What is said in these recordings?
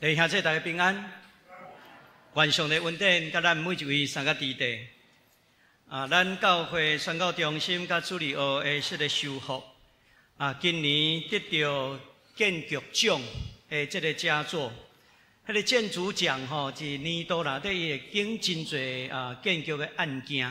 弟兄姊妹，大家平安。愿上帝恩典，甲咱每一位三个弟弟。咱教会宣告中心甲主理学的这个修复。今年得到建筑奖的这个佳作，迄个建筑奖吼，是年度内底会经真侪建筑的案件。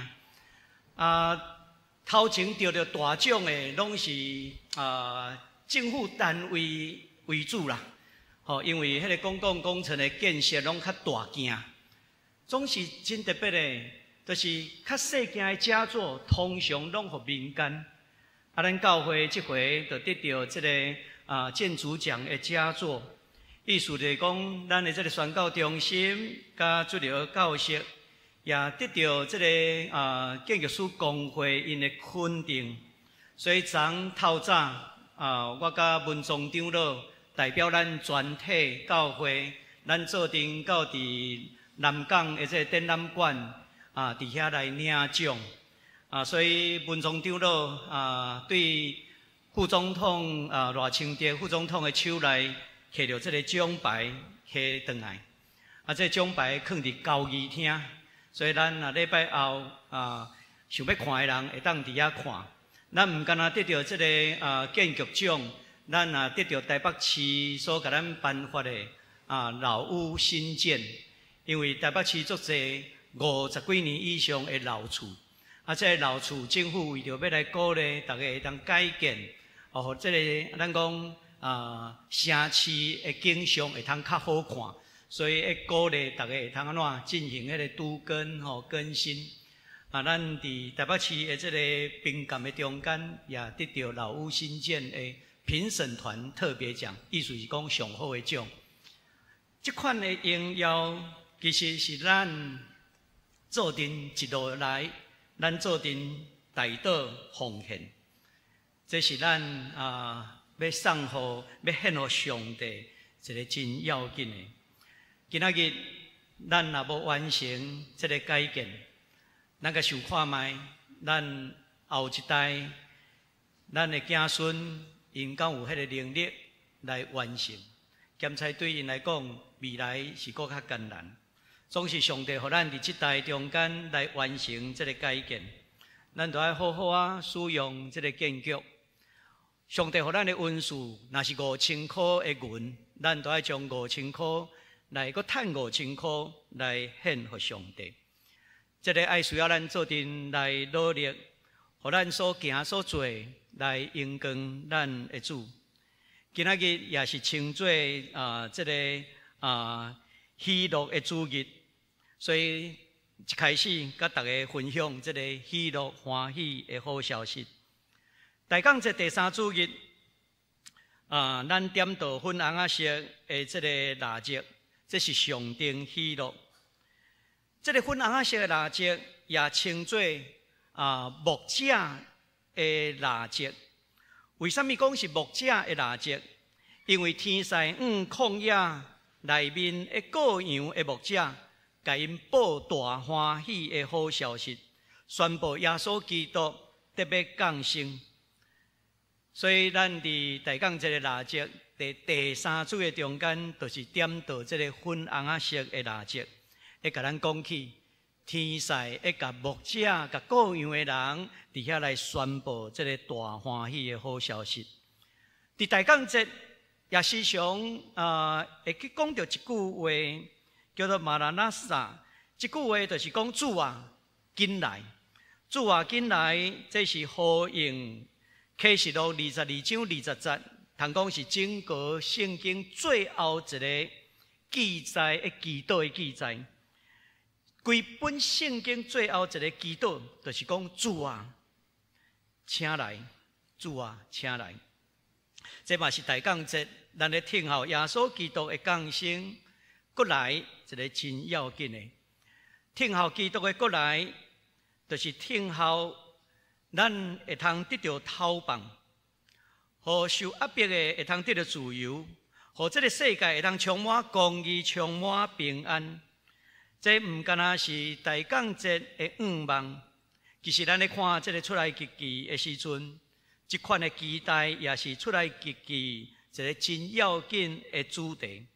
头前得到大奖的，拢是政府单位为主啦。因为迄个公共工程的建设拢较大件，总是真特别的，就是较细件的佳作，通常拢互民间。咱教会这回就得到这个建筑奖的佳作，意思就是讲，咱的这个宣教中心甲主流教室也得到这个建筑师工会因的肯定。所以透早我甲文宗长老。代表咱全体教会，咱做阵到伫南港的这个展览馆伫遐来领奖所以文宗长老对副总统赖清德副总统的手内摕着这个奖牌摕转来，这奖牌放伫交易厅，所以咱礼拜后想要看的人会当伫遐看。咱毋干得到这个建筑奖。咱得到台北市所甲咱颁发的老屋新建，因为台北市足侪50几年以上的老厝，这个老厝政府为着要来鼓励大家会当改建，互这个咱讲城市的景象会通较好看，所以会鼓励大家会通安怎进行迄个都更更新。咱伫台北市的这个宾馆的中间，也得到老屋新建的。评审团特别奖，意思是讲上好的奖。这款的荣耀，其实是咱做阵一路来，咱做阵大道奉献。这是咱要送互、要献互上帝一个真要紧的。今仔日咱若无完成这个改建，咱个想看卖，咱后一代，咱的子孙。因敢有迄个能力来完成，兼且对因来讲，未来是搁较艰难。总是上帝互咱伫即代中间来完成这个改建，咱就要好好使用这个建筑。上帝互咱的恩赐，若是5000块的银，咱就要将5000块来搁趁5000块来献给上帝。这个爱需要咱做阵来努力，互咱所行所做。来荣光咱的主，今仔日也是称作这个喜乐的主日，所以一开始甲大家分享这个喜乐欢喜的好消息。大讲这第3主日咱点到粉红色的这个蜡烛，这是象征喜乐。这个粉红色的蜡烛也称作牧者。的蜡烛，为什么讲是牧者的蜡烛？因为天西旷野内面的各样的牧者，甲因报大欢喜的好消息，宣布耶稣基督特别降生。所以咱伫大讲这个蜡烛第3主的中间，就是点到这个粉红色的蜡烛，会甲咱讲起。天使会甲牧者、甲各样的人，伫遐来宣布这个大欢喜的好消息。伫大讲节也时常会去讲到一句话，叫做马拉纳撒。这句话就是讲主啊，紧来！主啊，紧来！这是呼应启示录22章20节，通讲是整个圣经最后一个记载的祈祷的记载。规本圣经最后一个祈祷，就是讲主啊，请来！主啊，请来！这嘛是大降节，咱咧听候耶稣基督的降生，过来一个真要紧的。听候基督的过来，就是听候咱会通得到透放，互受压迫的会通得到自由，互这个世界会通充满公义、充满平安。这毋干那是大降节的愿望，其实咱咧看这个出来日记的时阵，这款的期待也是出来日记一个真要紧的主题。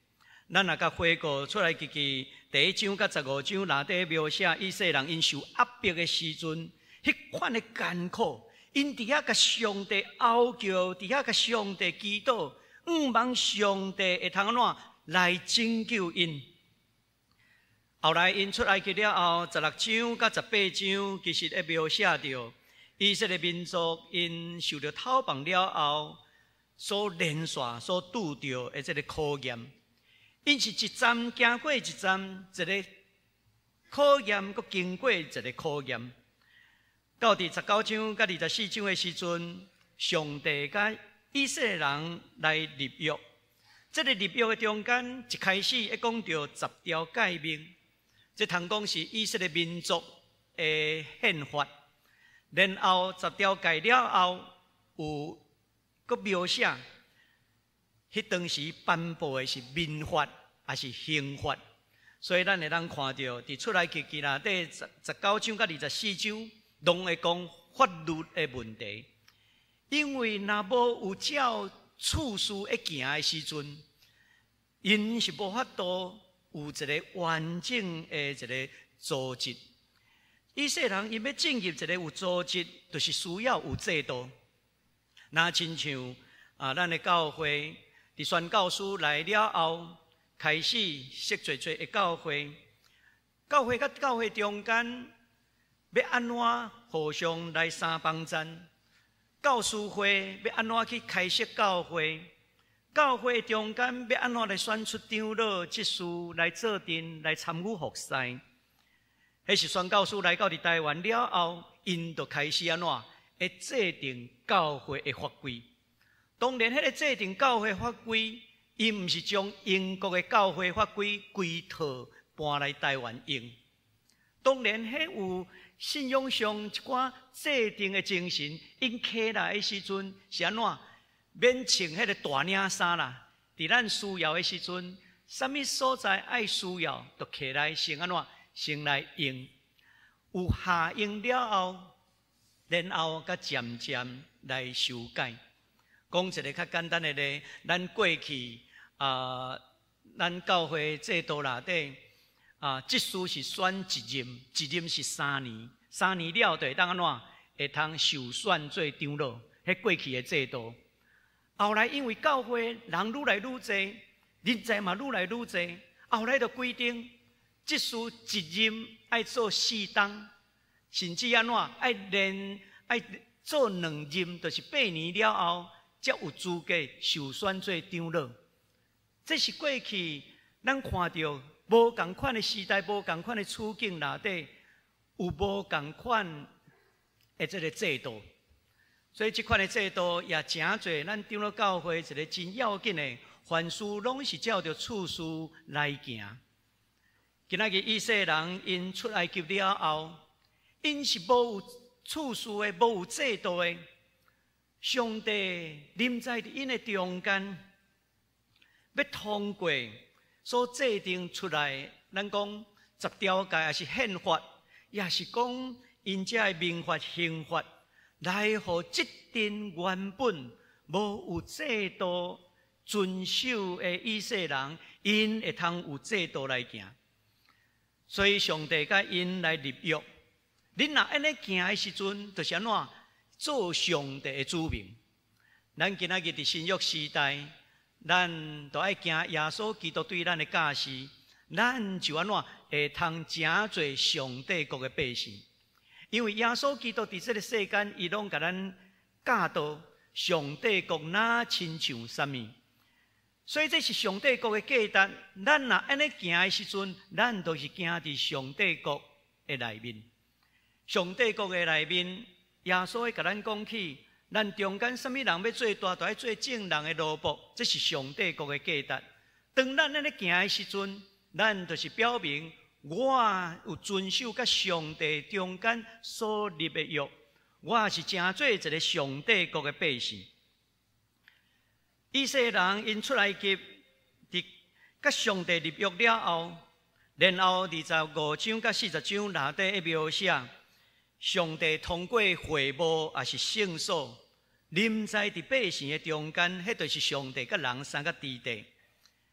咱若甲回顾出来记第1章甲15章内底描写以色列人因受压迫的时阵，迄款的艰苦，因伫遐甲上帝哀叫，伫遐甲上帝祈祷，望上帝会通安怎来拯救因。后来因出埃及了后，16章甲18章其实会描写到以色列民族因受到讨伐了后所连续所拄着的这个考验。因是一站经过一站，一个考验，佮经过一个考验。到第19章甲24章的时阵，上帝甲以色列人来立约。这个立约的中间，一开始会讲到10条诫命，这通讲是以色列民族的宪法。然后10条诫了后，有佮描写。迄当时颁布的是民法还是刑法？所以咱会当看到，伫出来记内底19章甲24章，拢会讲法律的问题。因为若无有照次序一行的时阵，因是无法度有一个完整的一个组织。以色列人因要进入一个有组织，就是需要有制度。那亲像咱的教会。伫宣教师来了后，开始设做的教会，教会甲教会中间要安怎互相来相帮衬？教师会要安怎去开设教会？教会中间要安怎来选出长老、执事来做阵来参与服侍？迄是宣教师来到伫台湾了后，因就开始安怎会制定教会的法规。当然，迄个制定教会法规，伊毋是将英国的教会法规规套搬来台湾用。当然，迄有信仰上一寡制定的精神，因起来的时阵是安怎？免穿迄个大领衫啦。伫咱需要的时阵，啥物所在爱需要，就起来先安怎？先来用。有下用了后，然后甲渐渐来修改。讲一个较简单的咧，咱过去咱教会制度内底执事是选一任，一任是3年，3年了就会当安怎？会通受选做长老，迄过去的制度。后来因为教会人愈来愈多，人才嘛愈来愈多，后来就规定执事一任爱做4档，甚至安怎？爱做2任，就是8年了后。才有资格受选做长老，这是过去咱看到无同款的时代、无同款的处境内底，有无同款的这个制度。所以这款的制度也真侪，咱长老教会一个真要紧的，凡事拢是照着次序来行。今仔日以色列人因出埃及了后，因是无有次序的、无有制度的。上帝临在因的中间，要通过所制定出来，咱讲10条诫，也是宪法，也是讲因这的民法、刑法，来互这阵原本无有制度遵守的以色列人，因会通有制度来行。所以上帝甲因来立约，恁若安尼行的时阵，就是安怎？做上帝的子民，咱今仔日伫新约时代，咱都爱行耶稣基督对咱的教示，咱就安怎会通真做上帝国的百姓？因为耶稣基督伫这个世间，伊拢甲咱教导上帝国哪亲像啥物，所以这是上帝国的价值。咱若安尼行的时阵，咱都是行伫上帝国的内面。上帝国的内面。耶稣会甲咱讲起，咱中间什么人要做大，就要做正人的奴仆，这是上帝国的价值。当咱安尼行的时阵，咱就是表明我有遵守甲上帝中间所立的约，我是真做一个上帝国的百姓。以色列人因出埃及，伫甲上帝立约了后，然后25章甲40章内底一描写。上帝通过会幕也是圣所，临在伫百姓的中间，迄就是上帝甲人三个之地。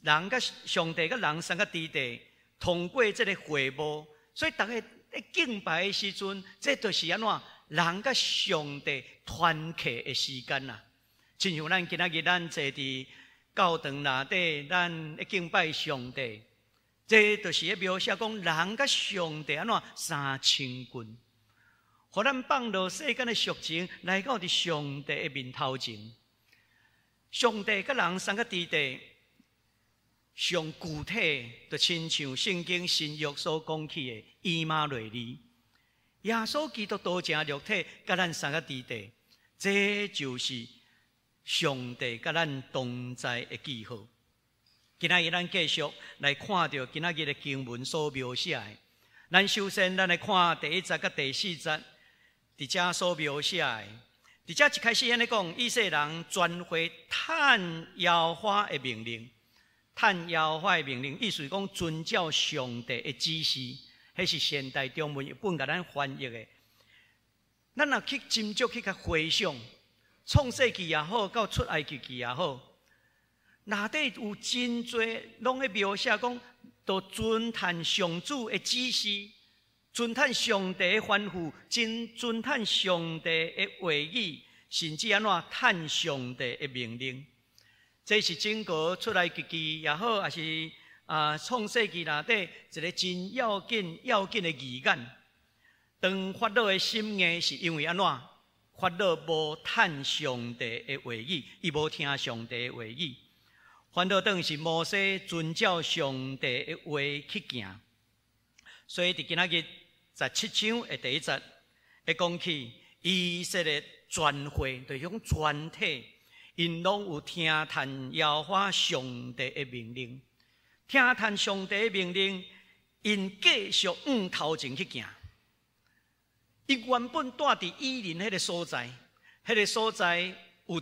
人甲上帝甲人三个地地通过这个会幕，所以大家在敬拜的时阵，这就是安怎人甲上帝团契的时间啦。亲像咱今仔日咱坐伫教堂内底，咱敬拜上帝，这就是咧描写讲人甲上帝安怎三亲近，互咱放落世间的俗情，来到伫上帝的面头前。上帝甲人三个地地上具体，就亲像圣经新约所讲起的以马内利，耶稣基督道成肉体，甲咱三个地地，这就是上帝甲咱同在的记号。今仔日咱继续来看到今仔日的经文所描写的。咱首先咱来看第1节甲第4节，伫遮所描写的。伫遮一开始安尼讲，以色列人全会趁耶和华的命令，趁耶和华的命令，意思是讲遵照上帝的指示，迄是现代中文译本甲咱翻译的。咱若去斟酌去甲回想，创世纪也好，到出埃及记也好，内底有真侪拢咧描写讲，都遵趁上主的指示。遵趁上帝的吩咐，遵趁上帝的话语，甚至安怎趁上帝的命令。这是整个出来记也好，还是创世纪内底一个真要紧的义眼。当法老的心硬，是因为安怎？法老无趁上帝的话语，伊无听上帝的话语。反倒当是摩西遵照上帝的话去行。所以伫今仔日17章的第1节，会讲起以色列全会，就是讲全体，因拢有听从耶和华上帝的命令，听从上帝的命令，因继续往头前去行。伊原本住伫以琳迄个所在，迄个所在有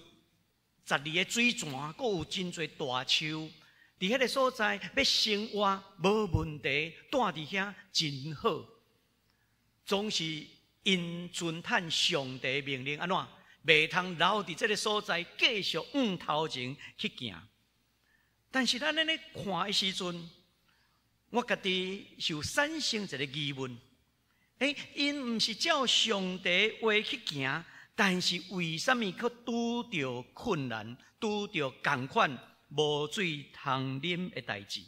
12个水泉，阁有真侪大树。伫迄个所在要生活无问题，住伫遐真好。总是因遵趁上帝命令安怎，袂通留伫这个所在，继续往头前去行。但是咱安尼看的时阵，我家己就产生一个疑问：因毋是照上帝话去行，但是为什么却拄着困难，拄着同款无水通啉的代志？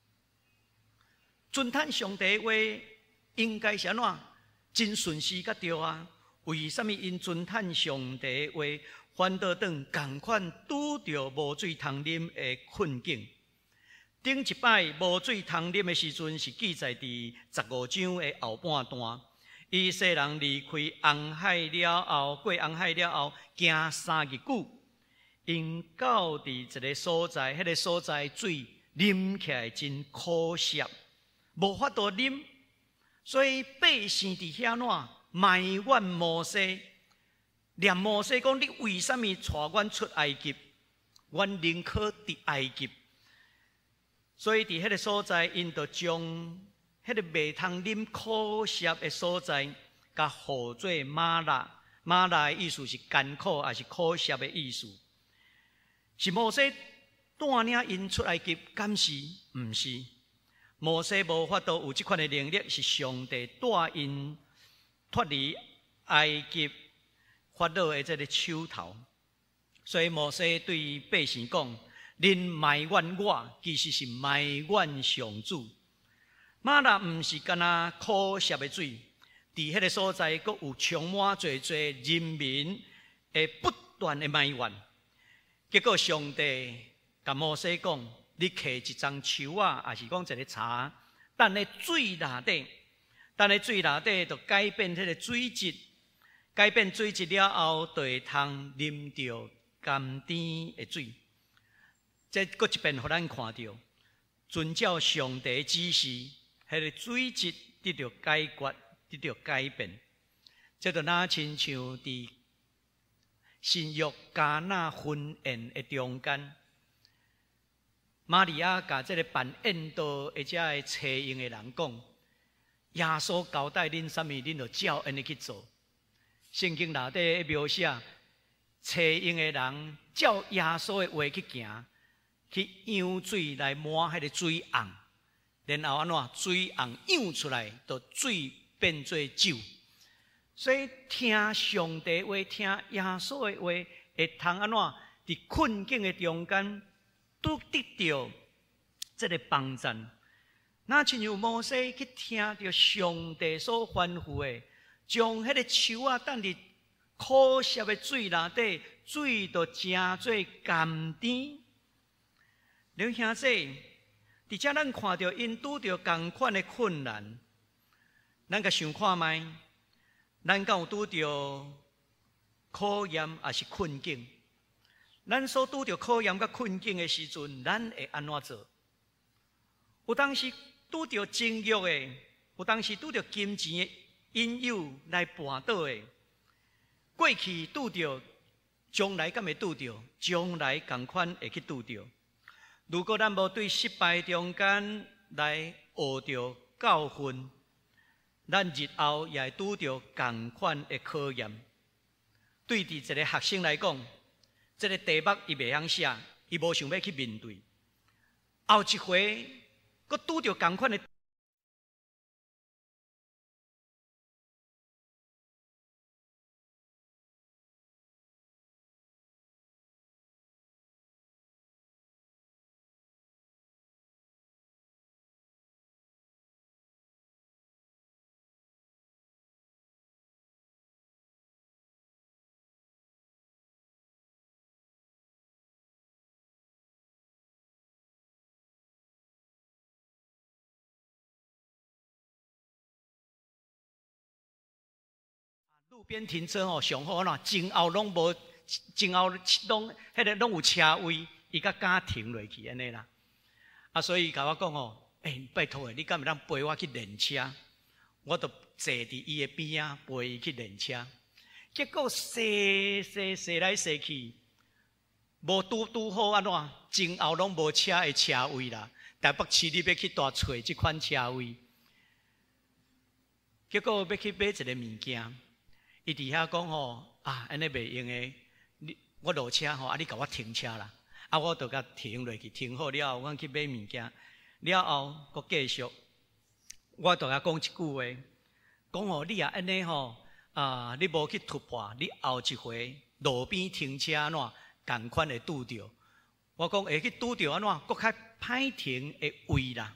遵趁上帝话，应该是安怎？真顺势甲对啊！为什么因遵趁上帝话，反倒当同款拄着无水通啉的困境？顶一摆无水通啉的时阵，是记载伫15章的后半段。以色列人离开红海了后，过红海了后，行3日久，因到伫一个所在，迄个所在水啉起来真苦涩，无法度啉。所以百姓伫遐怎埋怨摩西，念摩西讲：你为什么带阮出埃及？阮宁可伫埃及。所以伫迄个所在，因就将迄个袂通啉苦涩的所在，甲号做玛拉。玛拉的意思是艰苦，也是苦涩的意思。是摩西带领因出埃及，敢是？毋是。摩西无法度有这款的能力，是上帝带因脱离埃及法老的这个手头。所以摩西对百姓讲：恁埋怨我，其实是埋怨上主。玛纳毋是干那苦涩的水，伫迄个所在，阁有充满侪人民会不断的埋怨。结果上帝甲摩西讲：你摕一张树啊，还是讲一个茶，等咧水内底，就改变迄个水质，改变水质了后，就会通啉到甘甜的水。这搁一遍，互咱看到，遵照上帝指示，迄个水质得到解决，得到改变。这就哪亲像伫新约迦纳婚宴的中间。玛利亚甲这个办宴道或者的车用的人讲：耶稣交代恁什么，恁就照安尼去做。圣经内底描写，车用的人照耶稣的话去行， 去舀水来抹迄个水红，然后安怎水红舀出来，就水变做酒。所以听上帝话，听耶稣的话，会通安怎伫困境的中间都得到这个帮助。那亲像摩西去听到上帝所吩咐的，将迄个树啊等伫苦涩的水内底，水就成做甘甜。刘兄弟，伫遮咱看到因拄着同款的困难，咱甲想看觅，咱敢有拄着考验还是困境？咱所拄着考验甲困境的时阵，咱会安怎做？有当时拄着情欲的，有当时拄着金钱的引诱来绊倒的，过去拄着，将来敢会拄着？将来同款会去拄着。如果咱无对失败中间来学着教训，咱日后也会拄着同款的考验。对伫一个学生来讲，这个题目伊袂晓写，伊无想要去面对。后一回，佮拄着同款的。路边停车吼，上好喏，前后拢无，前后拢迄个拢有车位，伊才敢停落去安尼啦。啊，所以甲我讲吼，拜托诶，你敢会当陪我去练车？我就坐伫伊诶边仔陪伊去练车。结果踅来踅去，无拄好安怎？前后拢无车诶车位啦。台北市你要去大找即款车位，结果要去买一个物件。伊伫遐讲吼安尼袂用诶，我落车吼，你甲我停车啦，我就甲停落去，停好了后，我去买物件，了后佫继续，我就甲讲一句话，讲吼你安尼吼你无去突破，你后一回路边停车安怎共款会拄着？我讲会去拄着安怎佫较歹停诶位啦。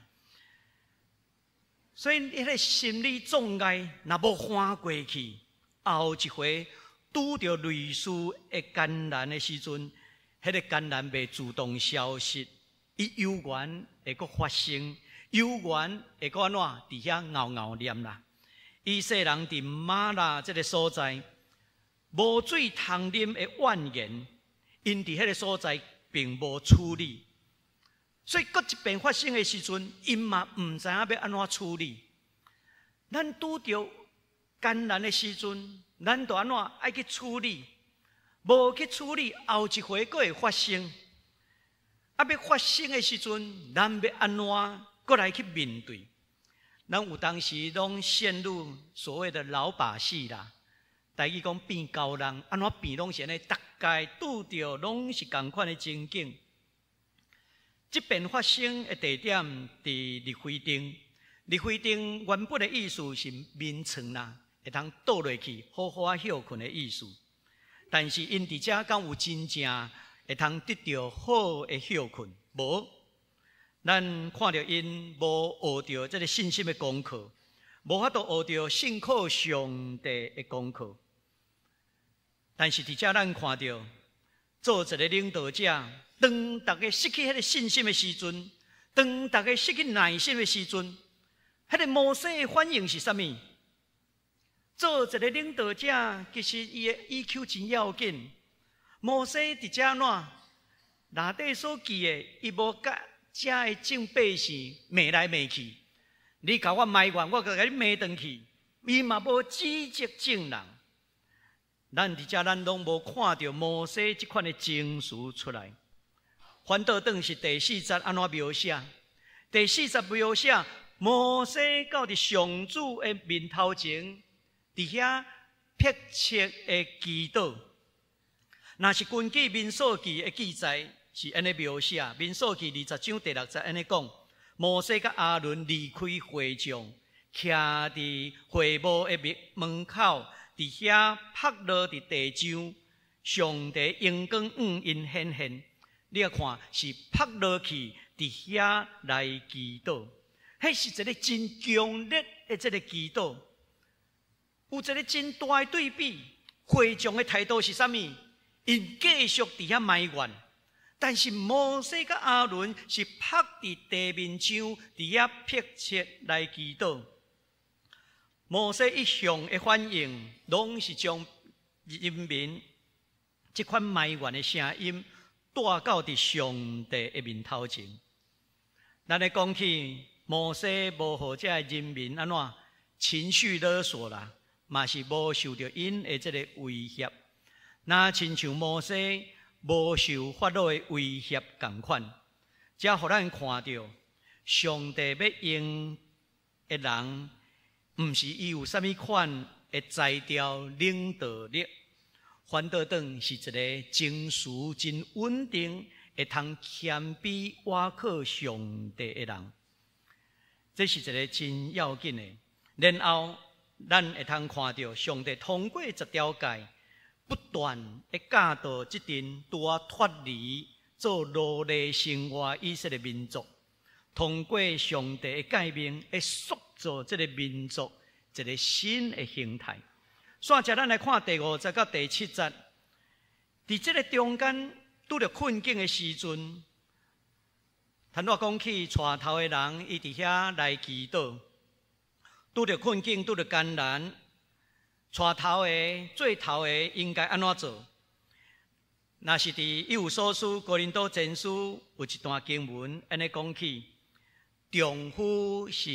所以迄个心理障碍若无翻过去。后一回拄着类似的艰难的时阵，迄个艰难袂自动消失，伊有缘会阁发生，有缘会阁安怎伫遐熬念啦。以色列人伫玛拉这个所在，无水通啉的怨言，因伫迄个所在并无处理，所以搁一遍发生的时阵，因嘛毋知影要安怎处理。咱拄着艰难的时阵，咱就安怎爱去处理？无去处理，后一回佫会发生。要发生的时阵，咱要安怎佫来去面对？咱有当时拢陷入所谓的老把戏啦，台语讲变高人，安怎变拢是安尼，大概拄着拢是同款的情景。即边发生的地点伫立非町，立非町原本的意思是眠床啦。会通倒落去，好好休困的意思。但是因伫遮敢有真正会通得到好的休困？无，咱看到因无学到这个信心的功课，无法度学到信靠上帝的功课。但是伫遮咱看到，做一个领导者，当大家失去迄个信心的时阵，当大家失去耐心的时阵，迄个摩西的反应是啥物？做一个领导者，其实伊的 EQ 真要紧。摩西伫遮怎？内底所记的，伊无甲遮的正百姓骂来骂去。你甲我埋怨，我甲你骂转去。伊嘛无指责证人。咱伫遮，咱拢无看到摩西即款的情绪出来。反倒转是第4节安怎描写？第4节描写摩西到伫上主的面头前。伫遐迫切的祈祷，若是根据民数记的记载， 是安尼描写，民数记20章第6节安尼讲：摩西甲阿伦离开会场，徛伫会幕的门口，伫遐趴落伫地上，上帝阳光因显现。你啊看，是趴落去伫遐来祈祷，迄是一个真强烈的这个祈祷，有一个真大的对比。会场的态度是啥物？因继续伫遐埋怨，但是摩西甲阿伦是趴伫地面上，伫遐迫切来祈祷。摩西一向的反应，拢是将人民这款埋怨的声音带到伫上帝的面头前。咱来讲起摩西无互这人民安怎情绪勒索啦，嘛是无受到因的这个威胁。那亲像摩西无受法老的威胁同款，才互咱看到上帝要用的人，毋是伊有啥物款的才调领导力，反倒当是一个情绪真稳定，会通谦卑倚靠上帝的人。这是一个真要紧的。然后咱会通看到上帝通过10条诫，不断的教导这阵拄啊脱离做奴隶生活以色列民族，通过上帝的诫命，会塑造这个民族一个新的形态。煞接咱来看第5节到第7节，伫这个中间拄着困境的时阵，坦若讲起带头的人，伊伫遐来祈祷，拄着困境，拄着艰难。带头的、最头的应该安怎做？若是伫以弗所书、哥林多前书有一段经文，安尼讲起，丈夫是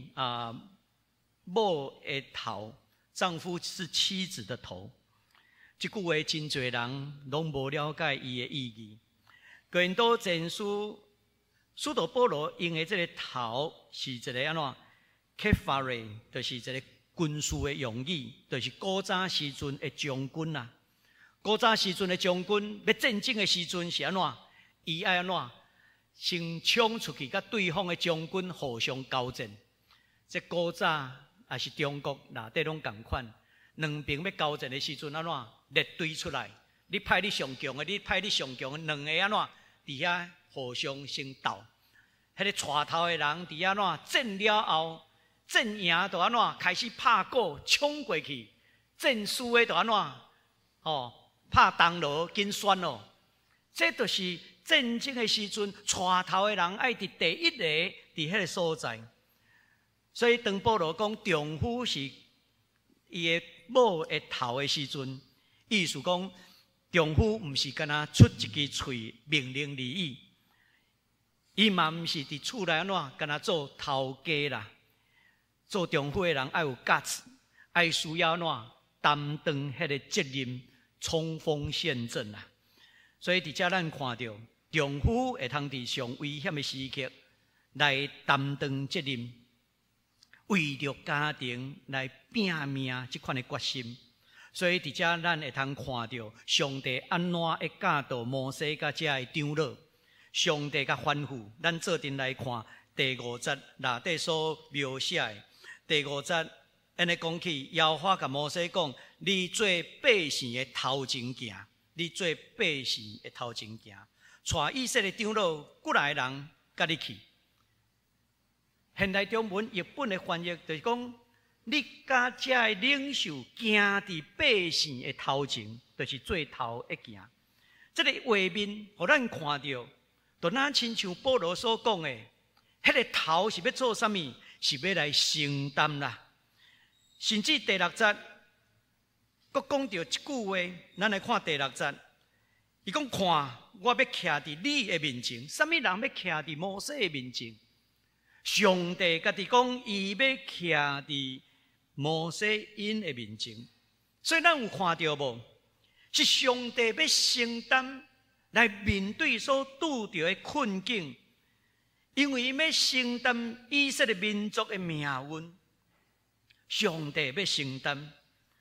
某的头，丈夫是妻子的头。这句话真侪人拢无了解伊的意义。哥林多前书，使徒保罗用的这个头是一个安怎 ？Kephare， 就是一个军事的用语，就是古早时阵的将军啦。古早时阵的将军要战争的时阵是安怎？伊爱安怎？先冲出去，甲对方的将军互相交战。这古早也是中国内底拢同款，两边要交战的时阵安怎？列队出来，你派你上强的，你派你上强的，两个安怎？伫遐互相先斗。迄个带头的人伫遐安怎？战了后。战赢就安怎开始拍鼓冲过去，战输的就安怎拍铜锣紧宣咯。这就是战争的时阵，带头的人爱伫第一个伫迄个所在。所以当保罗讲丈夫是伊的某的头的时阵，意思讲丈夫毋是干那出一支嘴命令而已，伊嘛毋是伫厝内安怎干那做头家啦。做丈夫的人爱有 guts， 爱需要安怎担当迄个责任，冲锋陷阵啊！所以伫遮咱看到丈夫会通伫上危险的时刻来担当责任，为着家庭来拼命这款的决心。所以伫遮咱会通看到上帝安怎会教导摩西甲遮的长老，上帝甲吩咐。咱做阵来看第5节内底所描写的。第5节，安尼讲起，耶和华甲摩西讲：“你做百姓的头前行，你做百姓的头前行，带以色列长老过来的人，甲你去。”现代中文译本的翻译就是讲：“你甲遮的领袖行伫百姓的头前，就是做头一行。”这个画面，互咱看到，就咱亲像保罗所讲的，迄个头是要做啥物？是要来承担啦，甚至第6节，佫讲到一句话，咱来看第6节。伊讲：“看，我要徛伫你的面前。”什么人要徛伫摩西的面前？上帝家己讲，伊要徛伫摩西因的面前。所以咱有看到无？是上帝要承担来面对所拄着的困境。因为伊要承担以色列民族的命运，上帝要承担。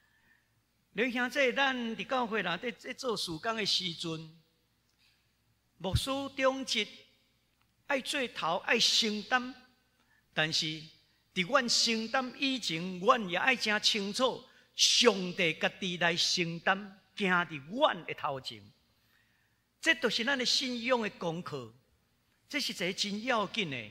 你兄弟，咱伫教会内底做事工的时阵， 牧师中职爱做头爱承担，但是伫阮承担以前，阮也爱真清楚，上帝家己来承担，行伫阮的头前。这都是咱的信仰的功课，这是一个真要紧的。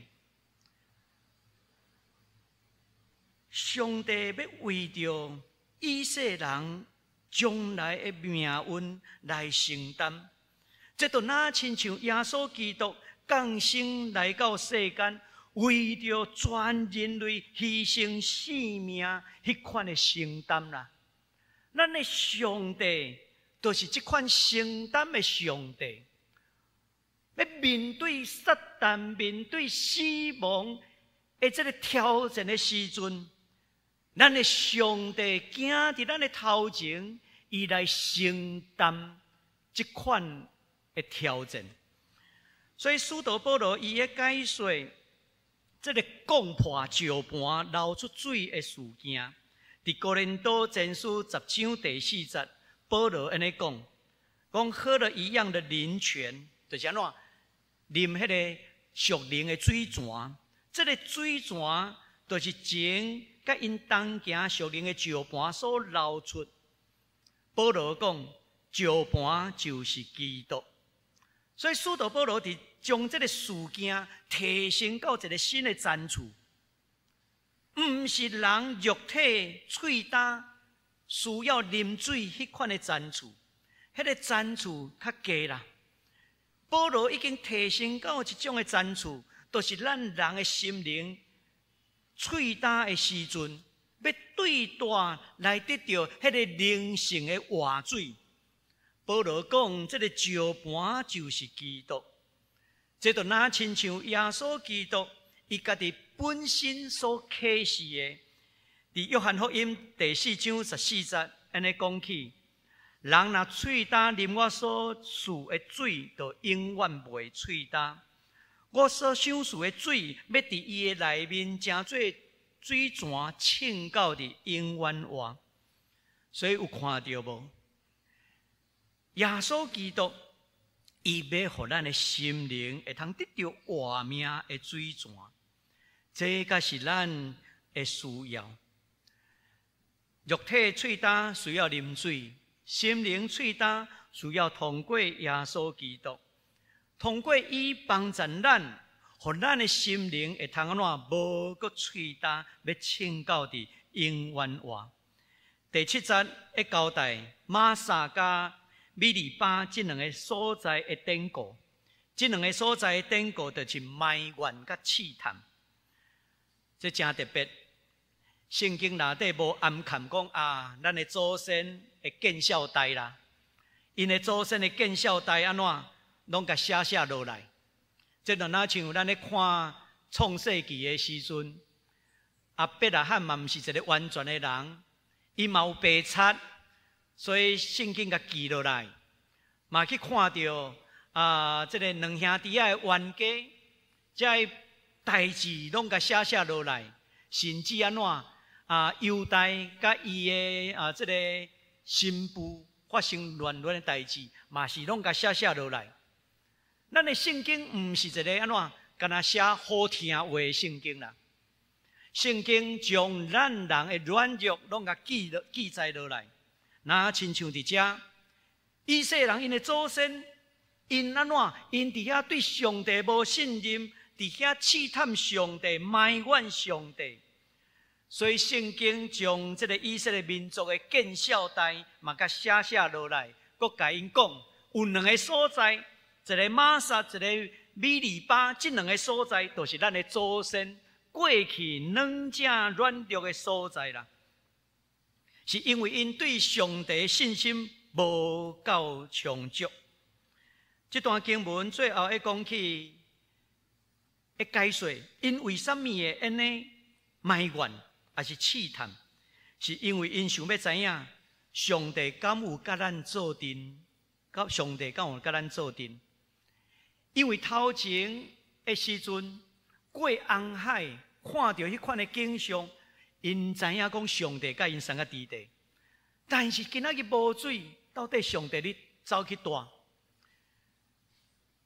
上帝要为着以色列人将来的命运来承担，这就哪亲像耶稣基督降生来到世间，为着全人类牺牲性命迄款的承担啦。咱的上帝就是这款承担的上帝，要面对撒旦、面对死亡的这个挑战的时阵。咱的上帝行伫咱的头前，伊来承担这款的挑战。所以使徒保罗伊的解说，这个攻破石盘流出水的事件，伫哥林多前书10章第4节，保罗安尼讲，讲喝了一样的灵泉，就是安怎啉迄个属灵的水泉，这个水泉就是前。甲因同行属灵的石盘所流出，保罗讲石盘就是基督，所以使徒保罗伫将这个事件提升到一个新的层次，毋是人肉体喙焦需要啉水迄款的层次，迄个层次较低啦。保罗已经提升到一种的层次，就是咱人的心灵。喙焦的时阵，要对待来得到迄个灵性的活水。保罗讲，这个石盘就是基督，这就哪亲像耶稣基督伊家己本身所启示的。伫约翰福音第4章14节，安尼讲起：人若喙焦啉我所赐的水，就永远袂喙焦。我所想赐的水，要伫伊的内面，成做水泉，浸到伫永远活。所以有看到无？耶稣基督，伊要互咱的心灵会通得到活命的水泉，这才是咱的需要。肉体喙焦需要啉水，心灵喙焦需要通过耶稣基督。通过伊帮助咱，互咱的心灵会通安怎无搁喙焦，要浸到伫永远活。第7节会交代玛撒甲米利巴这两个所在的典故，这两个所在的典故就是埋怨甲试探，这真特别。圣经内底无暗含讲啊，咱的祖先的见孝代啦，因的祖先的见孝代安怎？拢甲写落来，这就哪像咱咧看创世纪的时阵，亚伯拉罕嘛毋是一个完全的人，伊嘛有白贼，所以圣经甲记落来，嘛去看到这个两兄弟仔的冤家，这代志拢甲写落来，甚至安怎犹大甲伊的这个新妇发生乱伦的代志，嘛是拢甲写落来。咱的圣经毋是一个安怎，敢若写好听话的圣经啦。圣经将咱人的软弱拢甲记载落来，那亲像伫遮，以色列人因的祖先，因安怎？因伫遐对上帝无信任，伫遐试探上帝，埋怨上帝。所以圣经将这个以色列民族的见孝代嘛甲写落来，佮甲因讲有两个所在，一个玛撒，一个米利巴，这两个所在都是咱的祖先过去软正软弱的所在啦。是因为因对上帝的信心无够充足。这段经文最后会讲起，会解说因为什么会安尼埋怨，还是试探？是因为因想要知影上帝敢有甲咱做阵？上帝敢有甲咱做阵？因为头前的时阵过红海，看到迄款的景象，因知影讲上帝甲因三个伫地，但是今仔日无水，到底上帝你走去带？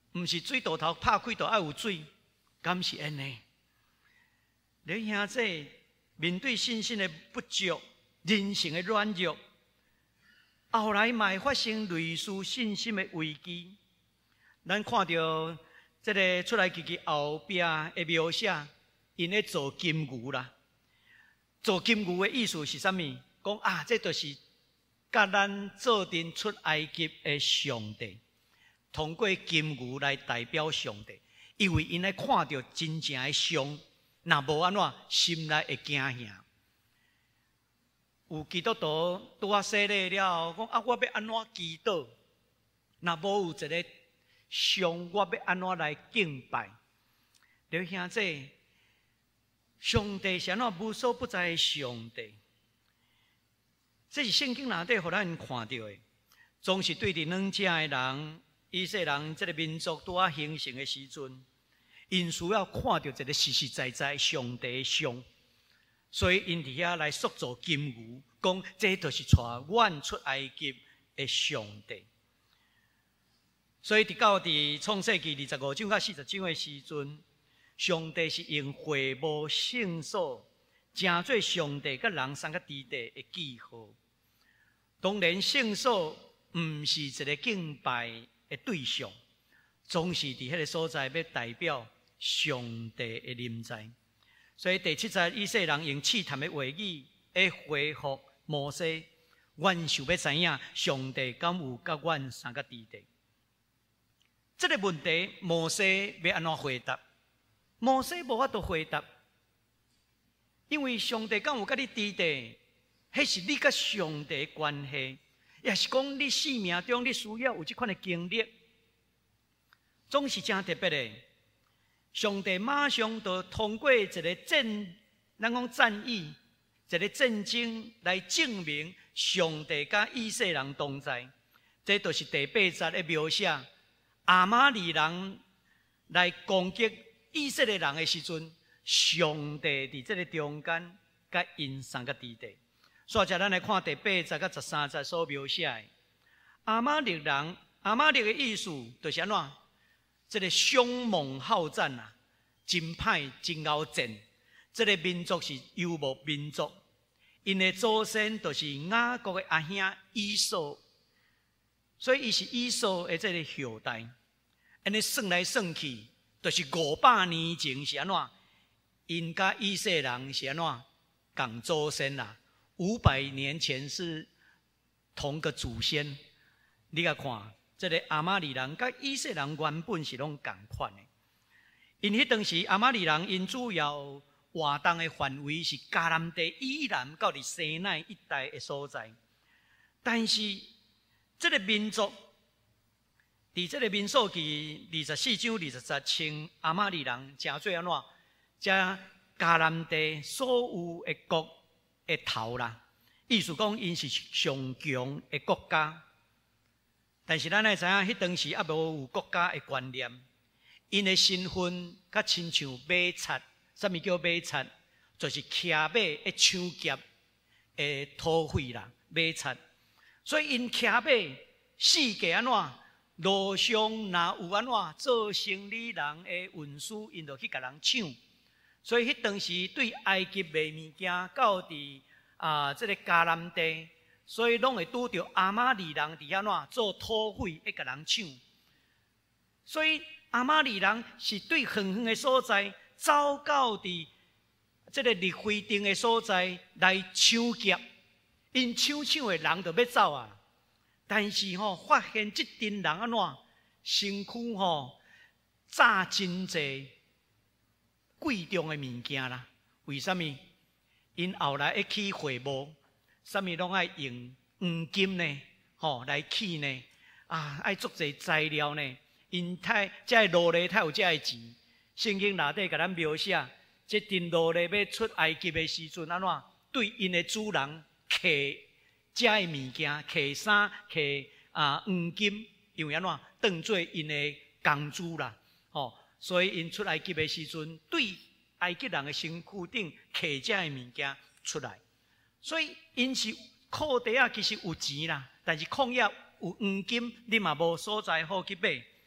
毋是水道头拍开就爱有水，敢是安尼？你兄弟面对信心的不足、人性的软弱，后来嘛会发生类似信心的危机。咱看到这个出来记记后壁的描写，因咧做金牛啦。做金牛的意思是啥物？讲啊，这就是甲咱做阵出埃及的上帝，通过金牛来代表上帝，因为因来看到真正的伤，若无安怎心内会惊吓。有基督徒拄啊洗礼了后，讲啊，我要安怎祈祷？若无有一个上，我要安怎来敬拜？你兄弟，上帝是安怎无所不在的上帝？这是圣经内底互咱看到的，总是对伫两者的人，以色列人这个民族拄啊形成的时阵，因需要看到一个实实在在上帝的像，所以因伫遐来塑造金牛，讲这就是带阮出埃及的上帝。所以到伫创世纪25章到40章的时阵，上帝是用会幕圣所，成做上帝甲人三个之地的记号。当然，圣所毋是一个敬拜的对象，总是伫迄个所在要代表上帝的临在。所以第7节，以色列人用试探的话语来回复摩西，阮想要知影上帝敢有甲阮三个之地？这个问题，摩西要安怎回答？摩西无法度回答，因为上帝敢有甲你之地？迄是你甲上帝的关系，也是讲你生命中你需要有这款的经历，总是真特别的。上帝马上就通过一个咱讲战役，一个战争来证明上帝甲以色列人同在。这就是第8节的描写，亚玛利人来攻击以色列人的时阵，上帝伫这个中间甲因三个之地。所以，咱来看第8节到13节所描写的亚玛力人，亚玛力的意思就是安怎？这个凶猛好战啊，真歹真敖战。这个民族是游牧民族，因的祖先就是雅各的阿兄以扫，所以伊是以扫的这个后代。安尼算来算去，就是500年前是安怎？因甲以色列人是安怎？共祖先啦。500年前是同个祖先，你甲看，这个亚玛利人甲以色列人原本是拢共款的。因迄当时亚玛利人因主要活动的范围是迦南地以南到伫西奈一带的所在，但是这个民族伫这个民数记24章20节称亚玛利人诚做安怎？遮迦南地所有的国的头啦，意思讲因是上强的国家，但是咱来知影，迄当时还无有国家的观念，因的身份较亲像马贼。啥物叫马贼？就是骑马的抢劫的土匪啦，马贼。所以因骑马世界安怎？路上若有安怎做生理人的运输，因就去甲人抢。所以迄当时对埃及卖物件到伫这个迦南地，所以拢会拄着亚玛利人伫遐怎做土匪，会甲人抢。所以亚玛利人是对远远的所在走到伫这个立非定的所在来抢劫，因抢的人就要走啊。但是发现这群人安怎身躯炸真济贵重的物件啦？为什么？因后来一起会幕，啥物拢爱用黄金呢？来起呢？爱足侪材料呢？因这奴隶太有这钱。圣经内底甲咱描写，这群奴隶要出埃及的时阵，安怎对因的主人摕这的物件，摕衫，摕黄金，因为安怎当做因的工资啦？所以因出埃及的时阵，对埃及人的身躯顶摕这的物件出来。所以因是裤袋其实有钱啦，但是矿业有黄金，你嘛无所在好去买。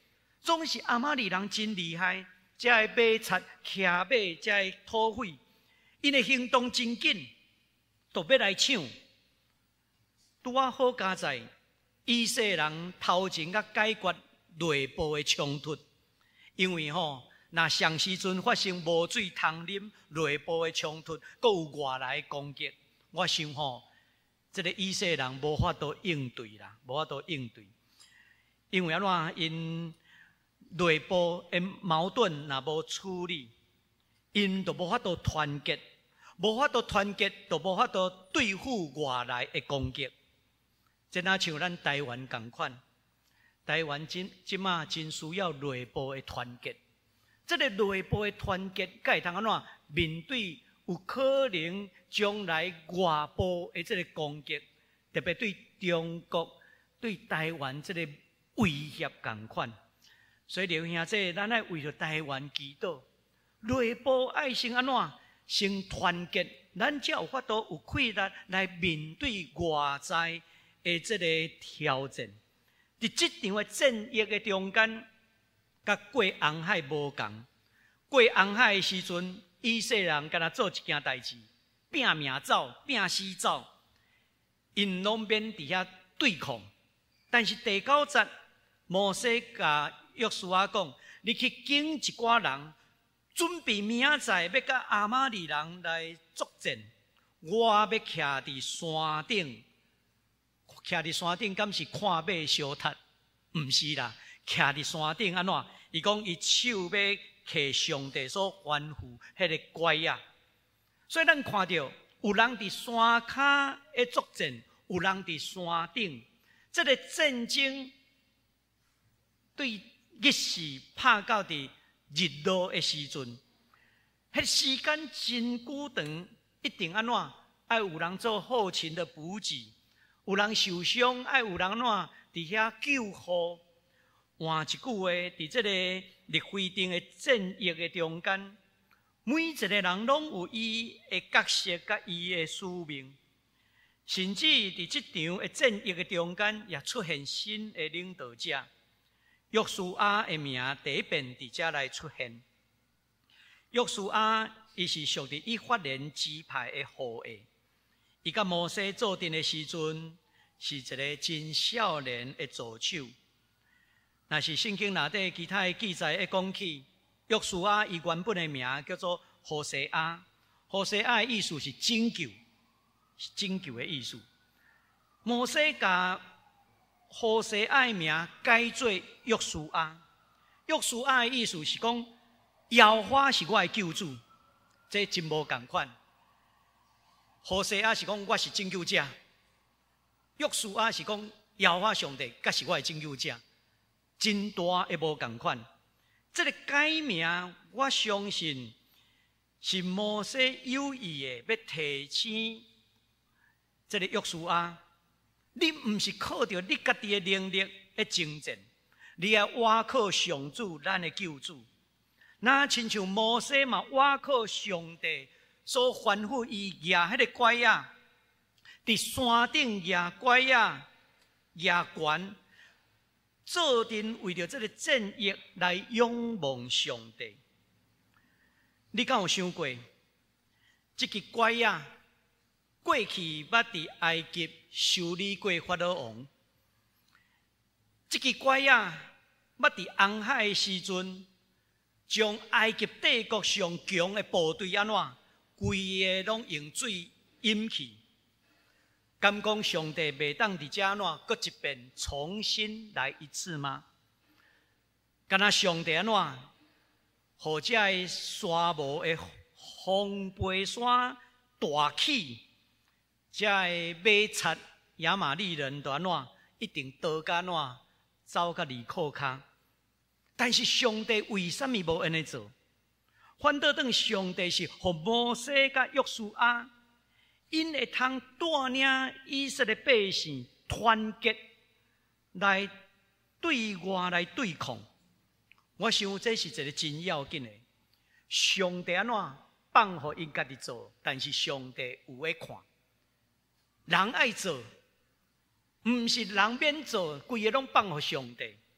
总是阿玛利人真厉害，才会马贼、骑马，才会土匪，因的行动真紧，都要来抢。拄啊好佳在，以色列人头前甲解决内部的冲突，因为若上时阵发生无水通啉，内部的冲突，阁有外来的攻击，我想这个以色列人无法度应对啦，无法度应对，因为安怎因内部的矛盾若无处理，因就无法度团结，无法度团结，就无法度对付外来的攻击。即若像咱台湾同款，台湾即马真需要内部的团结。这个内部的团结，该通安怎面对有可能将来外部的这个攻击，特别对中国、对台湾这个威胁同款。所以刘兄弟，咱爱为着台湾祈祷，内部爱先安怎？先团结，咱才有法度有气力来面对外在的这个挑战。伫这场的战役的中间，甲过红海无同。过红海的时阵，以色列人敢若做一件代志，拼命走，拼死走，因拢免伫遐对抗。但是第9节，摩西甲约书亚讲：“你去拣一寡人，准备明仔载要甲亚玛利人来作战。我要徛伫山顶，徛伫山顶，敢是看马相踢？毋是啦，徛伫山顶安怎？伊讲伊手要摕上帝所吩咐迄个拐啊。所以咱看到有人伫山骹的作战，有人伫山顶。这个战争对日时拍到伫日落的时阵，迄时间真久长，一定安怎？爱有人做后勤的补给，有人受伤，爱有人安怎伫遐救护。换一句话，伫这个日非定的战役的中间，每一个人拢有伊的角色甲伊的使命。甚至伫这场的战役的中间，也出现新的领导者。约书亚的名第一遍伫遮来出现。约书亚伊是属于以法莲支派的后裔，伊甲摩西做阵的时阵，是一个真少年的助手。若是圣经内底其他的记载会讲起，约书亚伊原本的名叫做何西阿，何西阿的意思是拯救。是拯救的意思。摩西甲何西阿的名改做约书亚，约书亚的意思是讲，耶和华是我的救主，这真无同款。何西阿是讲我是拯救者，约书亚是讲耶和华上帝，才是我的拯救者，真大的无同款。这个改名，我相信是摩西有意的要提醒。这个约书亚，你毋是靠着你家己的能力来征战，你要倚靠上主，咱的救主。那亲像摩西嘛，倚靠上帝所吩咐伊举迄个拐啊，伫山顶举拐啊，举悬，做阵为着这个战役来仰望上帝。你敢有想过，这个拐啊？过去捌伫埃及修理过法老王，这支拐啊，捌伫红海的时阵，将埃及帝国上强的部队安怎，规个拢用水淹去。敢讲上帝袂当伫遮安怎，搁一遍重新来一次吗？敢若上帝安怎，互遮个沙漠的红背山大起？这个马贼亚玛利人就安怎一定逃到安怎走到利库卡，但是上帝为什么无安尼做？反倒当上帝是互摩西甲约书亚，因会通带领以色列百姓团结来对外来对抗。我想这是一个真要紧的。上帝安怎放互因家己做，但是上帝有在看。人爱做，毋是人免做，规个拢放互上帝。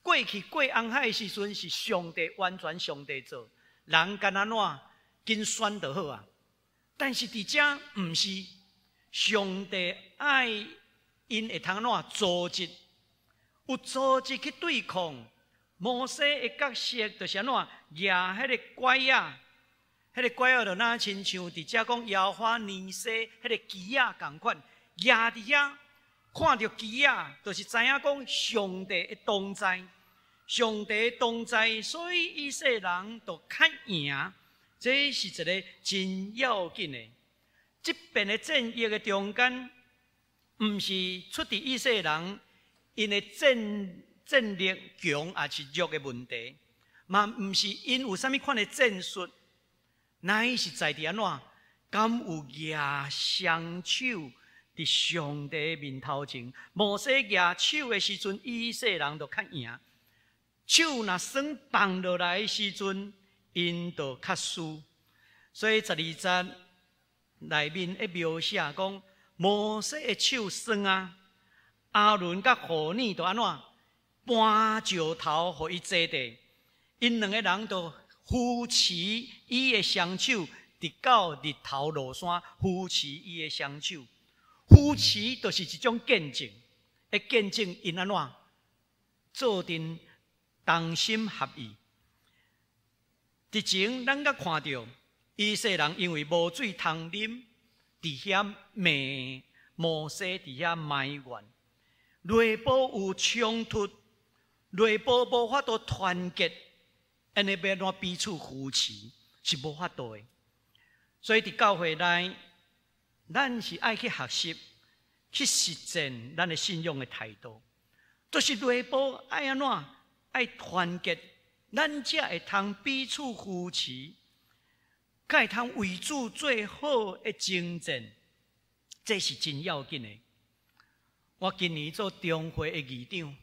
过去过红海的时阵是上帝完全上帝做，人干安怎紧选就好啊。但是伫遮毋是，上帝爱因会通安怎组织，有组织去对抗。摩西的角色就是安怎抓迄个拐仔，迄个拐仔就哪亲像伫遮讲摇花尼西迄个鸡仔共款，抓伫遐看到鸡仔，就是知影讲上帝的同在，上帝的同在，所以以色列人就较赢。这是一个真要紧的。这边的战役的中间，毋是出伫以色列人因的战力强也是弱的问题，嘛毋是因有啥物款的战术，乃是在伫安怎，敢有举双手伫上帝的面头前。摩西举手的时阵，以色列人就较赢；手若算放落来的时阵，因就较输。所以12节内面一描写讲，摩西的手酸啊，阿伦甲何尼就安怎？搬石头，互伊坐地，因两个人就扶持伊的双手，直到日头落山，扶持伊的双手。扶持就是一种见证，会见证因安怎做阵同心合意。之前咱甲看到以色列人因为无水通啉，伫遐骂摩西，伫遐埋怨，内部有冲突。内部无法度团结，安尼要怎彼此扶持是无法度的。所以伫教会内，咱是爱去学习、去实践咱的信仰的态度，就是内部爱安怎爱团结，咱才会通彼此扶持，才会通为主最好的征战，这是真要紧的。我今年做中会的议长。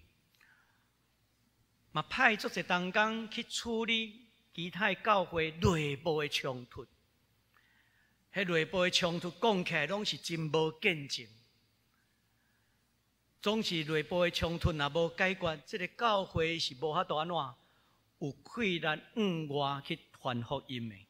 嘛派足一同工去处理其他教会内部的冲突，迄内部的冲突讲起来拢是真无见证，总是内部的冲突若无解决，这个教会是无法度安怎有气力往外去传福音的。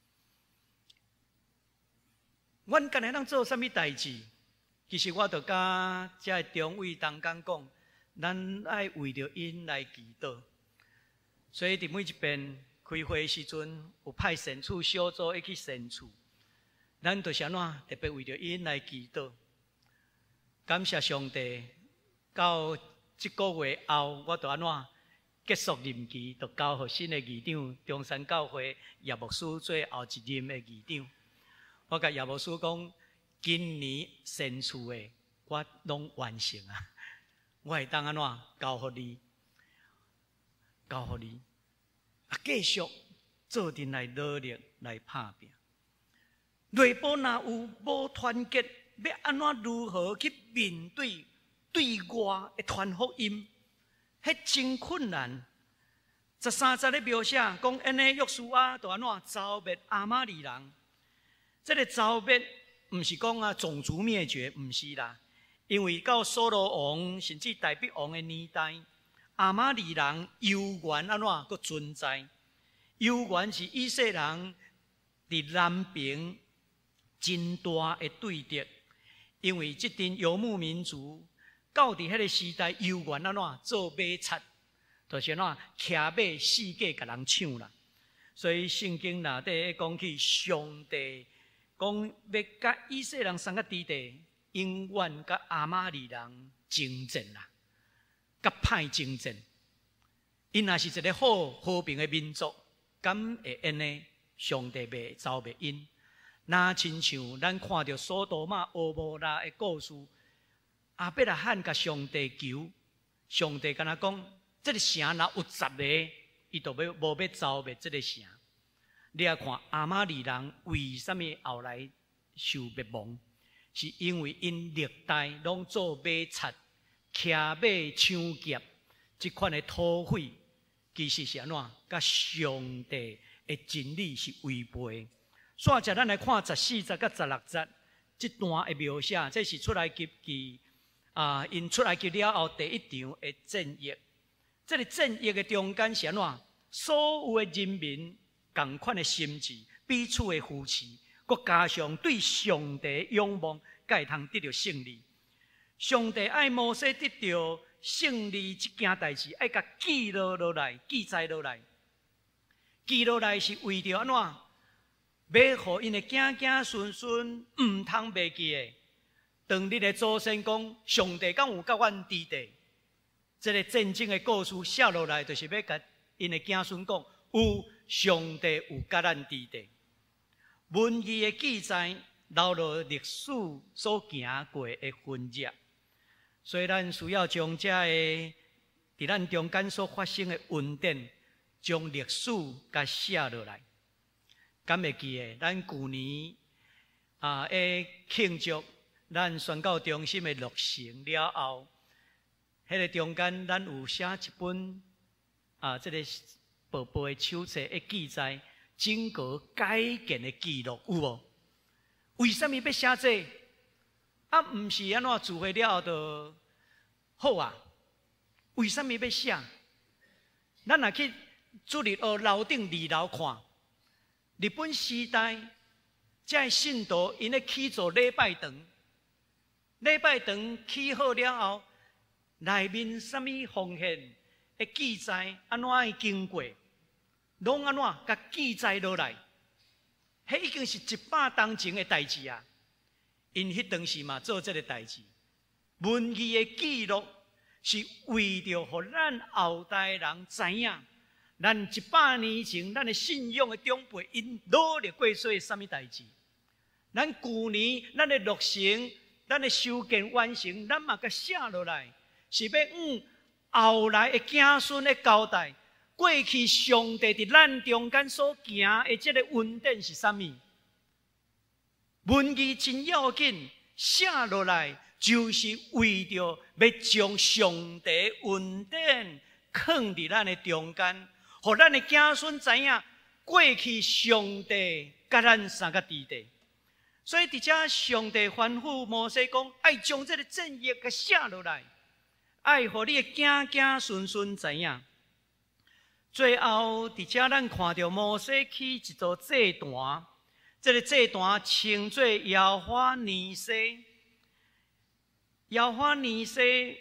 阮今日通做啥物代志？其实我著甲遮中委同工讲。咱爱为着因来祈祷，所以伫每一遍开会的时阵，有派神处小组一去神处，咱就是安怎特别为着因来祈祷。感谢上帝，到这个月后，我就安怎结束任期，就交予新的议长中山教会叶牧师做后一任的议长。我甲叶牧师讲，今年神处的我拢完成啊。我会当安怎交予你，交予你，继续做阵来努力来打拼。内部若有无团结，要安怎如何去面对对外的传福音？迄真困难。13节咧描写讲，安尼约书亚就安怎消灭亚玛利人？这个消灭，毋是讲种族灭绝，毋是啦。因为到所罗王甚至大必王的年代，亚玛利人犹原安怎佫存在？犹原是以色列人伫南边真大的对敌，因为这阵游牧民族到伫迄个时代，犹原安怎做马贼，就是安怎骑马四界甲人抢啦。所以圣经内底讲起上帝讲要甲以色列人三个之地。永远甲亚玛利人争战啦，甲歹争战。因若是一个和平的民族，敢会安尼？上帝袂招袂因。那亲像咱看到索多玛、蛾摩拉的故事，亚伯拉罕甲上帝求，上帝敢若讲，这个城若有10个，伊就无要招袂这个城。你啊看亚玛利人为什么后来受灭亡？是因为因历代拢做马贼、骑马抢劫，这款的土匪，其实是安怎？甲上帝的真理是违背。煞者咱来看14节甲16节这段的描写，这是出来及记因出来及了后第一场的战役。 这个战役的中间是安怎？所有的人民同款的心志，彼此的扶持，佮加上对上帝仰望，才会通得到胜利。上帝爱摩西得到胜利这件代志，爱甲记录落来，记载落来。记落来是为着安怎？要互因的子子孙孙唔通袂记的。当你的祖先讲，上帝敢有甲阮伫地？这个战争的故事写落来，就是要甲因的子孙讲，有上帝有甲咱伫地。文字的记载留落历史所行过的痕迹，所以咱需要将这个伫咱中间所发生的恩典，将历史甲写落来。敢会记的？咱去年的庆祝咱宣教中心的落成了后，迄个中间咱有写一本这个薄薄的手册的记载。整个改建的记录有无？为什么要写这个？唔是安怎自会了就好啊？为什么要写？咱若去主日学楼顶二楼看，日本时代这信徒因咧起做礼拜堂，礼拜堂起好了后，内面什么奉献的记载安怎会经过？拢安怎甲记载落来？迄已经是100当前的代志啊！因迄当时嘛做这个代志，文字的记录是为着互咱后代人知影，咱100年前咱的信仰的长辈因努力过做什么代志。咱去年咱的落成，咱的修建完成，咱嘛甲写落来，是要后来的子孙的交代。过去上帝伫咱中间所行的这个恩典是啥物？文字真要紧，写落来就是为着要将上帝恩典放伫咱的中间，互咱的子孙知影过去上帝甲咱三个伫地。所以伫遮上帝吩咐摩西讲，爱将这个正业给写落来，爱互你的子子孙孙知影。最后，伫遮咱看到摩西起一座祭坛，这个祭坛称作耶和华尼西。耶和华尼西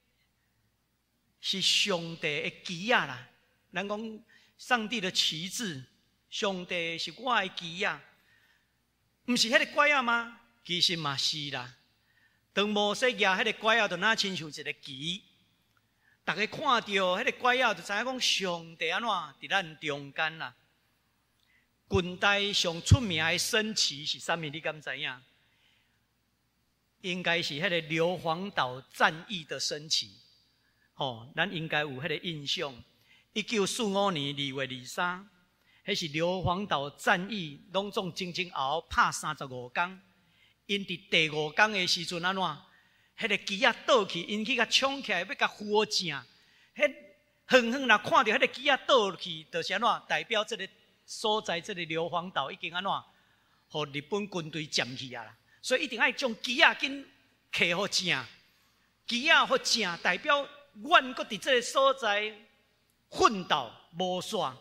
是上帝的旗仔啦，咱讲上帝的旗帜，上帝是我的旗仔，毋是迄个拐仔吗？其实嘛是啦。当摩西举迄个拐仔，就那亲像一个旗。大家看到迄个拐仔，就知影讲上帝安怎伫咱中间啦。近代上出名的升旗是啥物？你敢知影？应该是迄个硫磺岛战役的升旗。咱应该有迄个印象。1945年2月23，迄是硫磺岛战役拢总前后拍35天。因伫第5天的时阵安怎？迄个旗仔倒去，因去甲冲起来，要甲扶正。迄远远若看到迄个旗仔倒去，就是安怎？代表这个所在，这个硫磺岛已经安怎？互日本军队占去啊啦！所以一定要将旗仔紧摕好正，旗仔好正，代表阮搁伫这个所在奋斗无煞。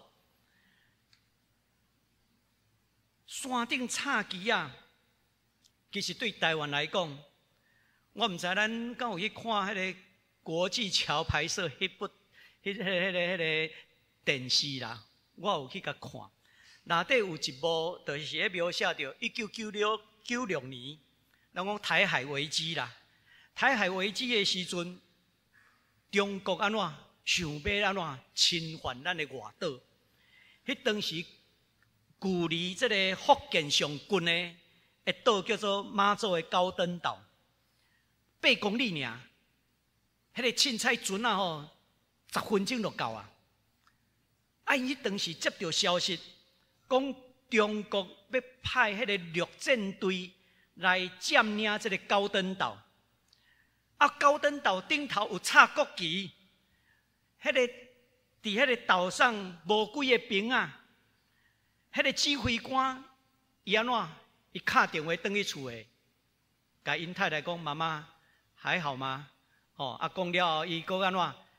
山顶插旗仔，其实对台湾来讲，我毋知咱敢有去看迄个国际桥拍摄迄部迄个电视啦，我有去甲看。内底有一幕，就是咧描写着1996年，咱讲台海危机啦。台海危机的时阵，中国安怎想要安怎侵犯咱的外岛？迄当时距离这个福建上近的岛叫做马祖的高登岛。8公里尔，迄个凊彩船啊10分钟就到啊！因迄当时接到消息，讲中国要派迄个陆战队来占领这个高登岛。高登岛顶头有插国旗，迄个伫迄个岛上无几个兵啊，迄个指挥官伊安怎？伊敲电话转去厝诶，甲因太太讲：“妈妈。”还好吗？讲了后，伊搁安怎？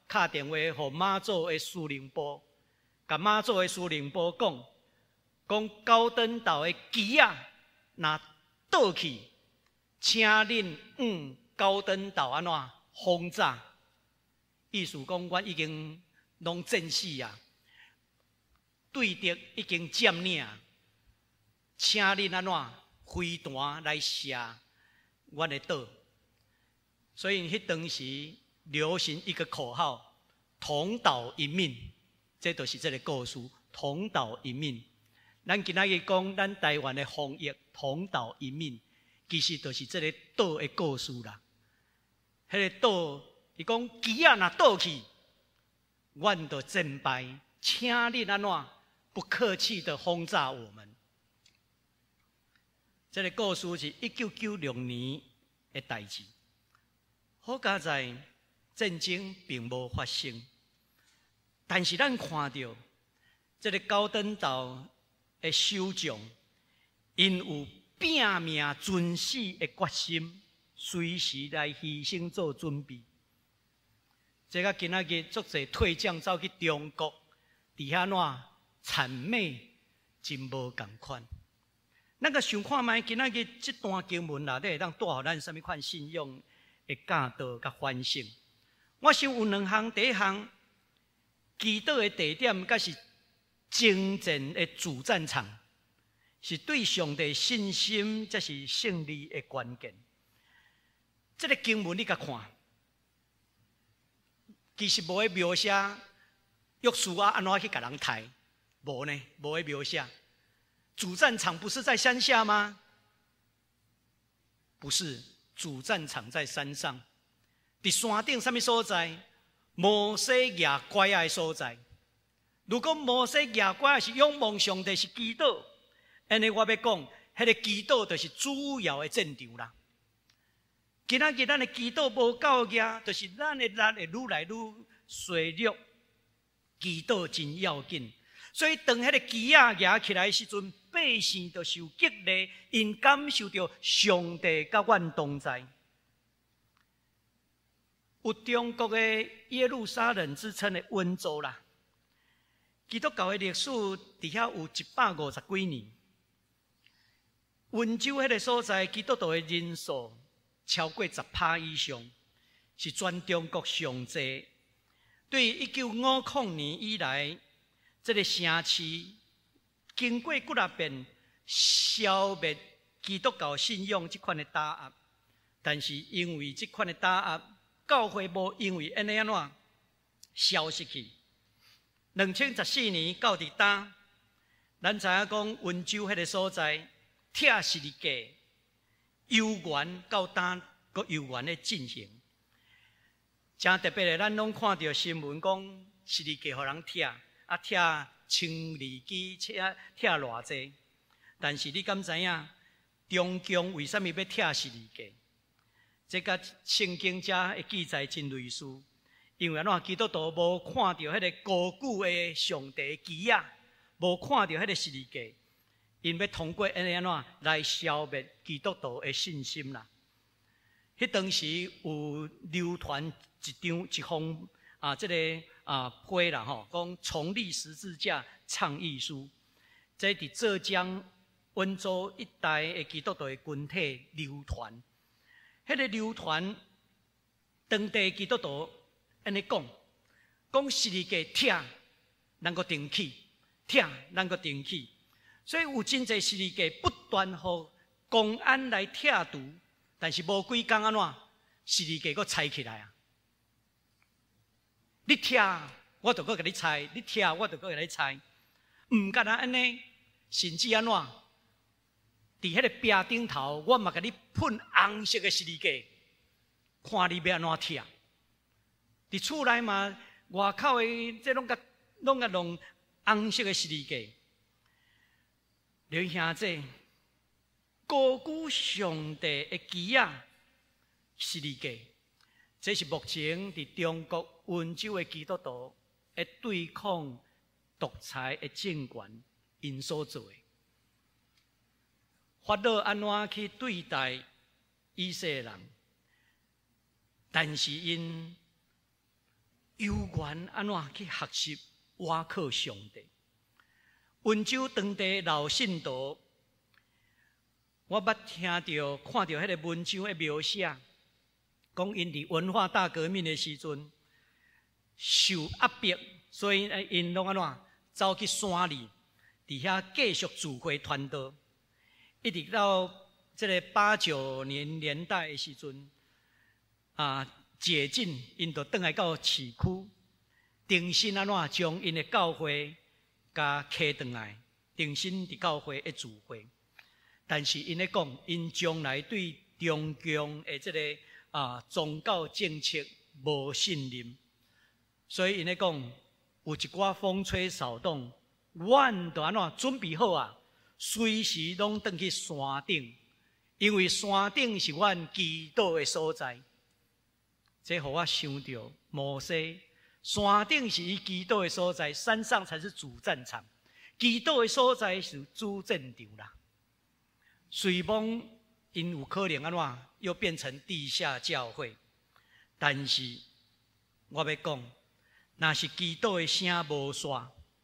打电话给马祖的司令部，甲马祖的司令部讲高登岛的机啊，若倒去，请恁高登岛安怎轰炸？意思讲，阮已经拢战死啊，对敌已经占领，请恁安怎飞弹来射阮的岛？所以迄当时流行一个口号：同岛一命。这就是这个故事，同岛一命。咱今仔日讲咱台湾的防疫同岛一命，其实就是这个岛的故事啦。迄个岛，伊讲机啊若倒去，阮就战败，请你安怎不客气的轰炸我们。这个故事是1996年的代志。好佳在战争并无发生，但是咱看到这个高登岛的首长，因有拼命尊死的决心，随时来牺牲做准备。这个今仔日足侪退将走去中国，伫遐怎谄媚，真无共款。咱个想看卖，今仔日这段经文内底会当带互咱什么款信仰的教导甲反省？我想有两项，第一项，祈祷的地点，甲是征战的主战场，是对上帝信心，才是胜利的关键。这个经文你甲看，其实无咧描写约书亚安怎去甲人杀，无呢，无咧描写。主战场不是在山下吗？不是，主战场在山上。伫山顶什么所在？摩西举拐仔的所在。如果摩西举拐仔是仰望上帝，是祈祷，安尼我要讲，迄个祈祷就是主要的战场啦。今仔日咱的祈祷无够额，就是咱的力会愈来愈衰弱。祈祷真要紧，所以当迄个旗仔举起来的时阵，百姓就受激励，因感受到上帝甲阮同在。有中国的耶路撒冷之称的温州啦，基督教的历史伫遐有150几年。温州迄个所在，基督徒的人数超过10%以上，是全中国上济。对1950年以来，这个城市经过几啊遍消灭基督教信仰这款的打压，但是因为这款的打压，教会无因为安尼安怎消失去。2014年到伫呾，咱知影讲温州迄个所在，拆十字架游园到呾个游园咧进行。真特别的，咱拢看到新闻讲十字架互人拆，拆1000支，拆偌济。但是你敢知影中共为什么要拆十字架？这甲圣经遮的记载真类似，因为基督徒无看到迄个高举的上帝旗仔，无看到迄个十字架，因要通过安怎来消灭基督徒的信心啦。迄当时有流传一封这个批啦吼，讲重立十字架倡议书，这伫浙江温州一带的基督徒的群体流传。迄个流传，当地基督徒安尼讲十字架拆，能够定起，拆能够定起，所以有真侪十字架不断互公安来拆除，但是无几工安怎，十字架佫拆起来啊！你拆，我就佫甲你拆；你拆，我就佫甲你拆。唔干安尼，甚至安怎？伫迄个壁顶头，我嘛甲你喷红色的十字架，看你要安怎拆。伫厝内嘛，外口的这拢甲弄红色的十字架。刘兄弟，高举上帝的旗仔十字架，这是目前伫中国温州的基督徒在对抗独裁的政权因所做的。法老安怎去对待以色列人？但是因悠远安怎去学习倚靠上帝。温州当地老信徒，我捌听到、看到迄个文章的描写，讲因伫文化大革命的时阵受压迫，所以因拢安怎走去山里，伫遐继续自毁传道，一直到这个89年代的时阵，解禁，因就转来到市区，重新安怎将因的教会甲开转来，重新伫教会一自毁。但是因咧讲，因将来对中共的这个宗教政策无信任，所以因咧讲，有一寡风吹草动，阮就安怎准备好啊，随时拢转去山顶，因为山顶是阮祈祷的所在。这让我想到摩西，山顶是伊祈祷的所在，山上才是主战场，祈祷的所在是主战场啦。虽望因有可能安怎又变成地下教会，但是我要讲，若是祈祷的声无煞，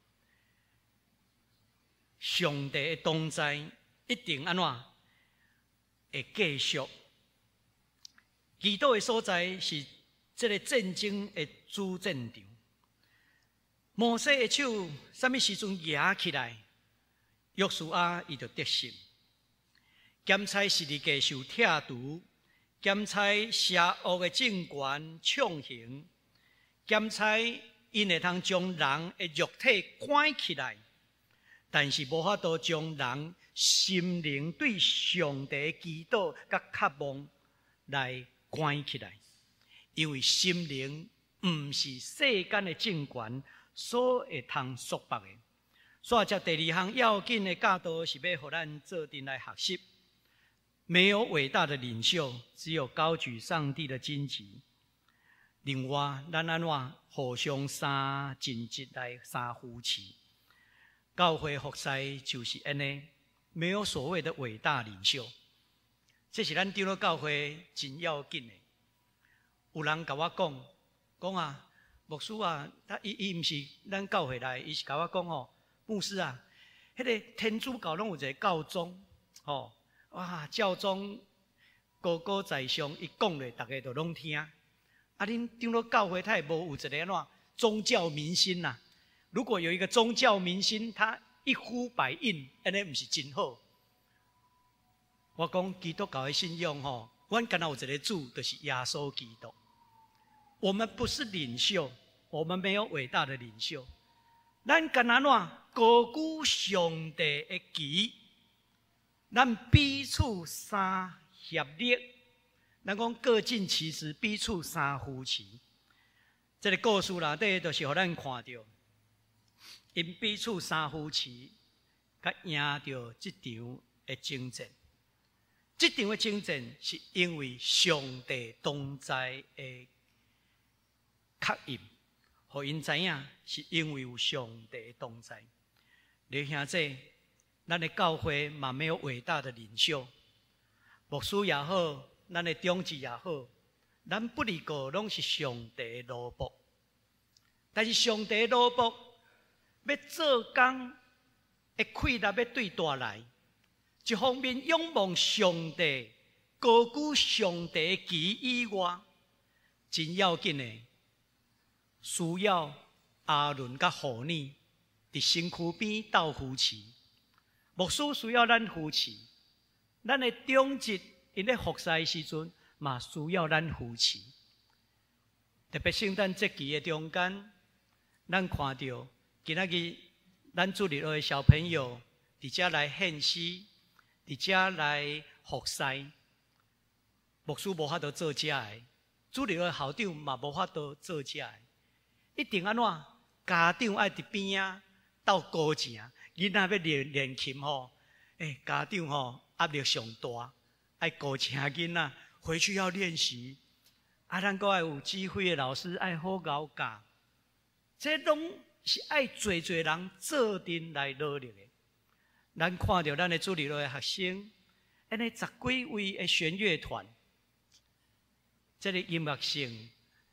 上帝的同在一定安怎会继续。祈祷的所在是这个战争的主战场。摩西的手什么时阵举起来，约书亚伊就得胜。检察实力继受拆除，检察邪恶的政权创行，检察因会通将人的肉体关起来，但是无法度将人心灵对上帝的祈祷甲渴望来关起来，因为心灵毋是世间的政权所会通束缚的。所以，第二项要紧的教导是要互咱做阵来学习。没有伟大的领袖，只有高举上帝的荆棘。另外，咱安怎互相相尽职来相扶持？教会服侍就是安尼，没有所谓的伟大领袖。这是咱长老教会真要紧的。有人甲我讲啊，牧师啊，伊毋是咱教会来，伊是甲我讲哦，牧师啊，迄个天主教拢有一个教宗，哦。哇！教宗高高在上，伊讲咧，大家都拢听。恁长老教会他也无有一个安怎宗教明星呐？如果有一个宗教明星，他一呼百应，安尼毋是真好？我讲基督教的信仰吼，阮敢若有一个主，就是耶稣基督。我们不是领袖，我们没有伟大的领袖，咱敢若怎高举上帝的旗。咱彼此相协力，咱讲各尽其职，彼此相扶持。这个故事内底，就是互咱看到，因彼此相扶持，甲赢到这场的征战。这场的征战是因为上帝同在的确认，互因知影是因为有上帝的同在。你兄弟。咱的教会嘛没有伟大的领袖，牧师也好，咱的长子也好，咱不离个拢是上帝的奴仆。但是上帝的奴仆要做工，会气力要对大来，一方面仰望上帝，高举上帝的旗以外，真要紧的，需要阿伦甲护女伫身躯边斗扶持。牧师需要咱扶持，咱的长子因咧服侍的时阵，嘛需要咱扶持。特别圣诞节期的中间，咱看到今仔日咱主日学的小朋友伫遮来献诗，伫遮来服侍，牧师无法度做遮的，主日学校长嘛无法度做遮的，一定安怎？家长爱伫边啊，斗高正。囡仔要练琴吼，家长吼压力上大，爱顾请囡仔回去要练习。咱阁爱有智慧的老师，爱好教教。这拢是爱侪人做阵来努力的。咱看到咱的主日的学生，安尼10几位的弦乐团，这个音乐性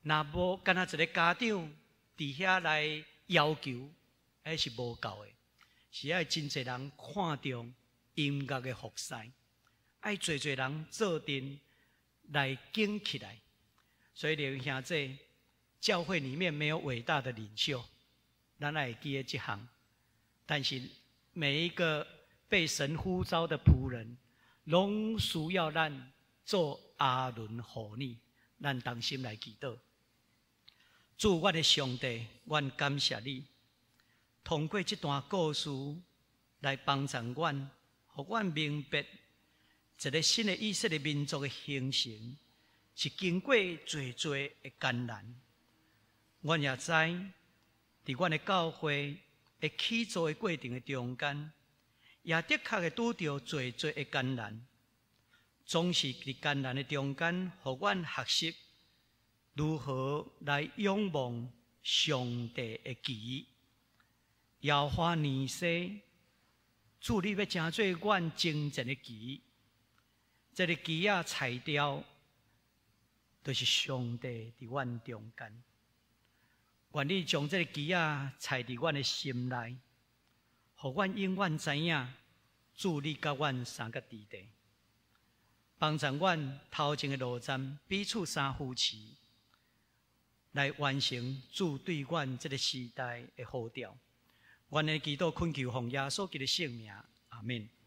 若无干那一个家长伫遐来要求，迄是无够的。是爱真侪人看重音乐的服饰，爱侪人做阵来敬起来。所以弟兄兄弟，教会里面没有伟大的领袖，咱来记得这项。但是每一个被神呼召的仆人，拢需要咱做阿伦护你，咱同心来祈祷。主，我的上帝，阮感谢你，通过这段故事来帮助阮，互阮明白一个新的以色列民族的形成，是经过最的艰难。阮也知，伫阮的教会的起造的过程的中间，也的确会拄到最的艰难。总是伫艰难的中间，互阮学习如何来仰望上帝的旗。摇花年岁，主你要成做阮精神的旗。这个旗啊，裁掉，就是上帝伫阮中间。愿你将这个旗啊裁伫阮的心内，互阮永远知影，主你甲阮三个伫地，帮助阮头前的路站彼此三扶持，来完成主对阮这个时代的呼召。愿的祈祷恳求奉耶稣基督的圣名，阿门。